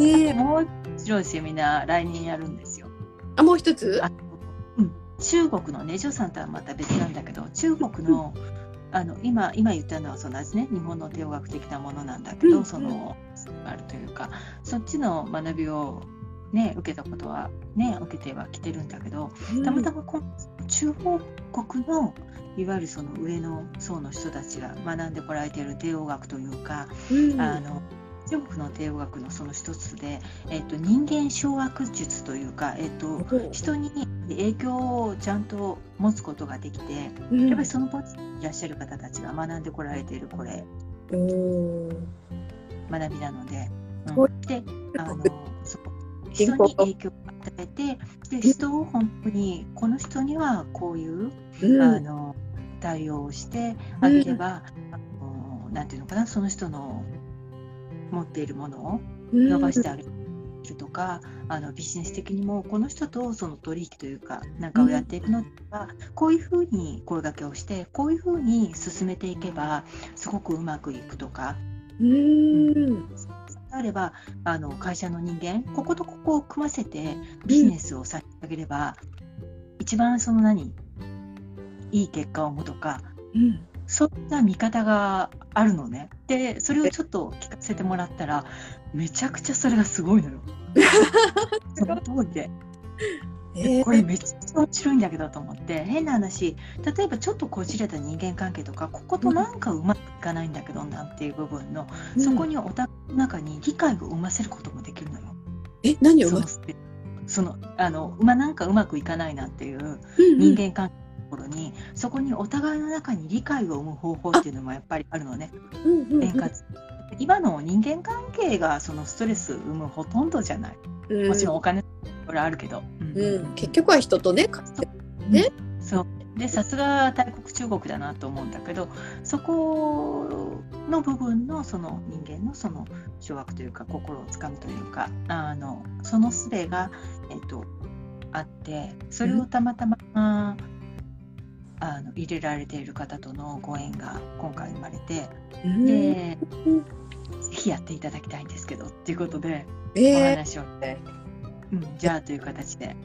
もう面白いセミナー来年やるんですよ。 あ、もう一つ。 中国のね、ジョさんとはまた別なんだけど、中国の、今言ったのはそのですね、日本の帝王学的なものなんだけど、そのあるというか、そっちの学びをね、受けたことはね、受けてはきてるんだけど、たまたま中国のいわゆるその上の層の人たちが学んでこられている帝王学というか、中国の帝王学のその一つで、人間掌握術というか、人に影響をちゃんと持つことができて、やっぱりそのポジションにいらっしゃる方たちが学んでこられているこれ学びなので、で人に影響を与えて、で人を本当にこの人にはこういう、対応をしてあげれば、なんていうのかな、その人の持っているものを伸ばしてあげるとか、ビジネス的にもこの人とその取引というかなんかをやっていくのは、こういうふうに声掛けをしてこういうふうに進めていけばすごくうまくいくとか、あれば会社の人間こことここを組ませてビジネスをさせてあげれば、一番そのいい結果を生むとか、そんな見方があるのね。でそれをちょっと聞かせてもらったらめちゃくちゃそれがすごいのよ。その通りで、これめっちゃ面白いんだけどと思って、変な話、例えばちょっとこじれた人間関係とかこことなんかうまくいかないんだけどなんていう部分の、そこにお互いの中に理解を生ませることもできるのよ。 何をなんかうまくいかないなっていう人間関係のところに、そこにお互いの中に理解を生む方法っていうのもやっぱりあるのね。円滑。今の人間関係がそのストレス生むほとんどじゃない。もちろんお金これあるけど、 結局は人とね、 そうで、さすが大国中国だなと思うんだけど、そこの部分のその人間のその掌握というか心をつかむというか、その術が、あって、それをたまたま、入れられている方とのご縁が今回生まれて、でぜひやっていただきたいんですけどっていうことで、お話をして、じゃあという形で、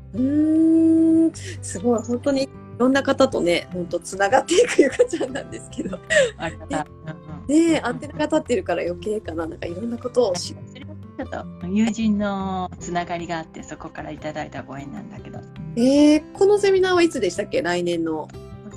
すごい、本当にいろんな方とね、本当つながっていくゆかちゃんなんですけど、 ありがたい。アンテナが立ってるから余計かな、なんかいろんなことを知る。 ちょっと友人のつながりがあって、そこからいただいたご縁なんだけど。 このセミナーはいつでしたっけ、来年の。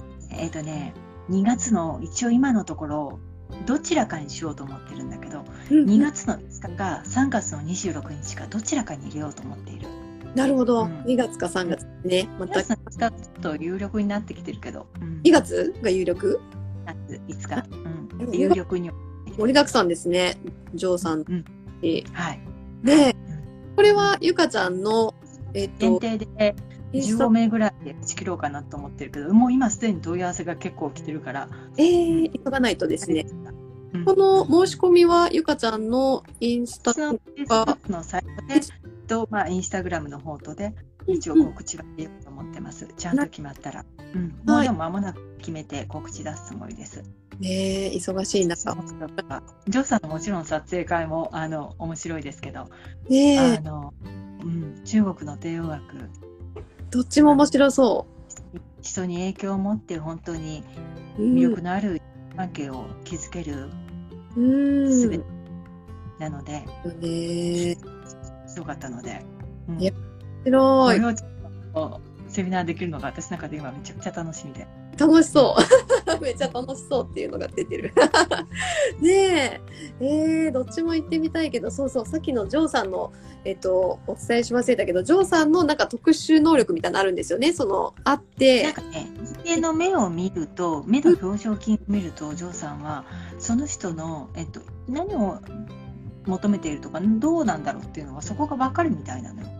2月の一応今のところどちらかにしようと思ってるんだけど、2月の5日か3月の26日かどちらかに入れようと思っている。 なるほど、2月か3月ね、またちょっと有力になってきてるけど、 2月が有力、 5日、有力に盛りだくさんですね、ジョーさん、 はい。 で、これはゆかちゃんの、 限定で15名ぐらいで打ち切ろうかなと思ってるけど、もう今すでに問い合わせが結構来てるから、 急がないとですね。この申し込みはゆかちゃんのインスタのサイトでインスタグラムの方とで一応告知は入れようと思ってます。ちゃんと決まったら、もうでも間もなく決めて告知出すつもりです。 忙しい中、 ジョーさんのもちろん撮影会も面白いですけど、中国の帝王学どっちも面白そう。 人に影響を持って本当に魅力のある関係を築けるすべてなので、すごかったので、 面白い。 これをセミナーできるのが私の中で今めちゃくちゃ楽しみで。 楽しそうめっちゃ楽しそうっていうのが出てるねえ、どっちも行ってみたいけど、そうさっきのジョーさんの、お伝えし忘れたけど、ジョーさんのなんか特殊能力みたいなのあるんですよね。あってなんかね、人間の目を見ると、目の表情筋を見ると、ジョーさんはその人の、何を求めているとかどうなんだろうっていうのがそこが分かるみたいなのよ。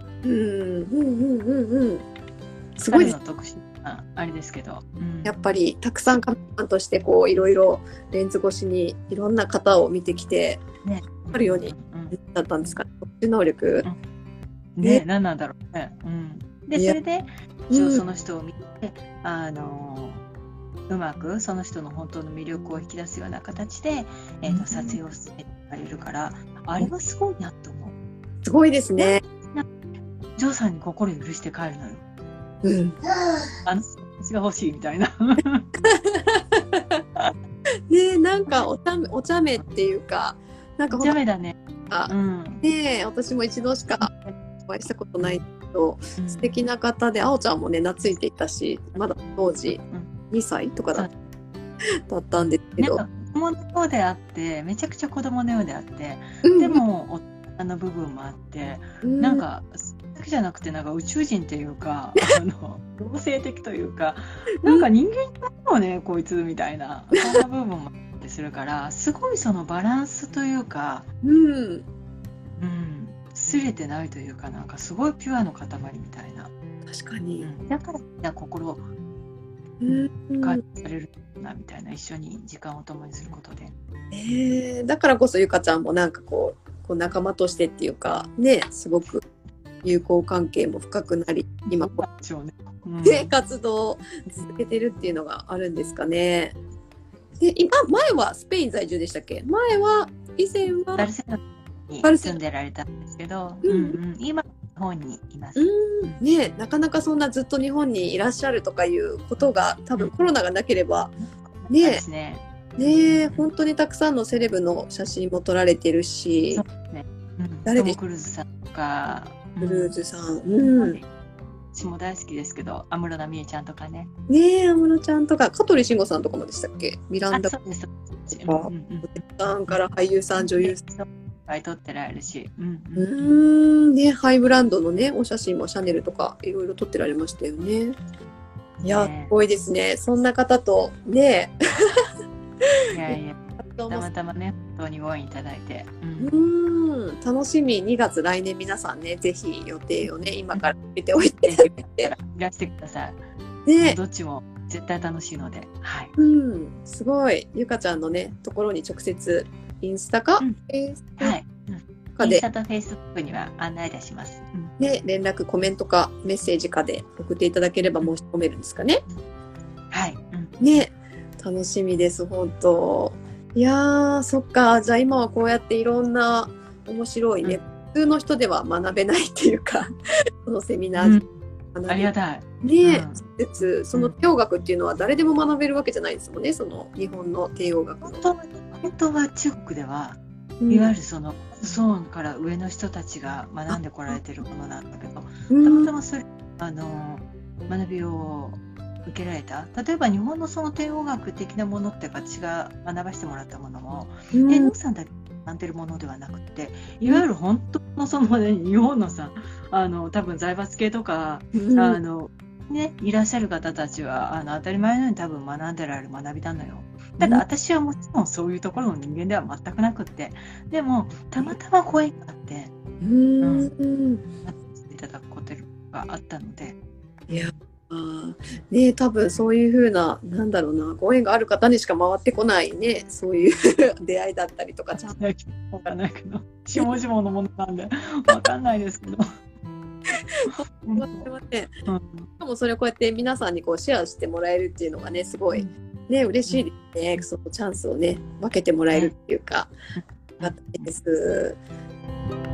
すごいの特殊なあれですけど、 やっぱりたくさんカメラマンとしていろいろレンズ越しにいろんな方を見てきて、あるようにだったんですか、特殊能力、 何なんだろうね。でそれでその人を見てうまくその人の本当の魅力を引き出すような形で、撮影を進めてられるから、あれはすごいなと思う。 すごいですね。 ジョーさんに心許して帰るのよ。 うん。 私が欲しいみたいな。 ね、なんかお茶目っていうか、なんかお茶目だね。うん。 ね、私も一度しかお会いしたことないけど、素敵な方で、あおちゃんもね懐いていたし、まだ当時2歳とかだったんですけど、 なんか子供のようであって、めちゃくちゃ子供のようであって、でも大人の部分もあって、なんかそれだけじゃなくて、なんか宇宙人っていうか、同性的というか、なんか人間だよね、こいつみたいな、そんな部分もあったりするから、すごいそのバランスというか、すれてないというか、なんかすごいピュアの塊みたいな。 確かに。 だからみんな心感じされるなみたいな、一緒に時間を共にすることで。 だからこそゆかちゃんもなんかこう仲間としてっていうかね、すごく友好関係も深くなり、今こう、活動を続けてるっていうのがあるんですかね。で、前はスペイン在住でしたっけ？以前はバルセロナに住んでられたんですけど、今日本にいます。 ね、なかなかそんなずっと日本にいらっしゃるとかいうことが多分コロナがなければね、本当にたくさんのセレブの写真も撮られてるし、 誰でクルーズさんとか、 クルーズさん、 私も大好きですけど、安室奈美恵ちゃんとかね。 安室ちゃんとか、香取慎吾さんとかもでしたっけ？ミランダさんから俳優さん、女優さん。 撮ってられるし。 ね、ハイブランドのね、お写真もシャネルとかいろいろ撮ってられましたよね。いや、すごいですね。そんな方とね。 いやいや、たまたまね、本当にご縁いただいて。 楽しみ。2月、来年皆さんね、ぜひ予定をね、今から入れておいて。いらしてください。 ね、 どっちも絶対楽しいので。はい。 すごい。ゆかちゃんのね、ところに直接、インスタか、 はい。インスタとフェイスブックには案内出します。 ね、連絡、コメントかメッセージかで送っていただければ申し込めるんですかね。 はい。 ね、楽しみです、本当。いやー、そっか。じゃあ今はこうやっていろんな面白いね、普通の人では学べないっていうか、そのセミナーでありがたい。 ね、その帝王学っていうのは誰でも学べるわけじゃないですもんね、その日本の帝王学の。 本当は中国では、いわゆるその宋から上の人たちが学んでこられてるものなんだけど、たまたまそれ学びを受けられた。例えば日本のその帝王学的なものって私が学ばせてもらったものも、天皇さんだけ学んでるものではなくて、いわゆる本当のそのね、日本のさ、多分財閥系とか、ね、いらっしゃる方たちは当たり前のように多分学んでられる学びなのよ。ただ私はもちろんそういうところの人間では全くなくって、でもたまたまご縁があっていただくことがあったので、 いやね、多分そういう風な、なんだろうな、ご縁がある方にしか回ってこないね、そういう出会いだったりとか。 わかんないけど、下々のものなんでわかんないですけど。 しかもそれをこうやって皆さんにこうシェアしてもらえるっていうのがね、すごいね、嬉しいですね。そのチャンスをね、分けてもらえるっていうか、あったです。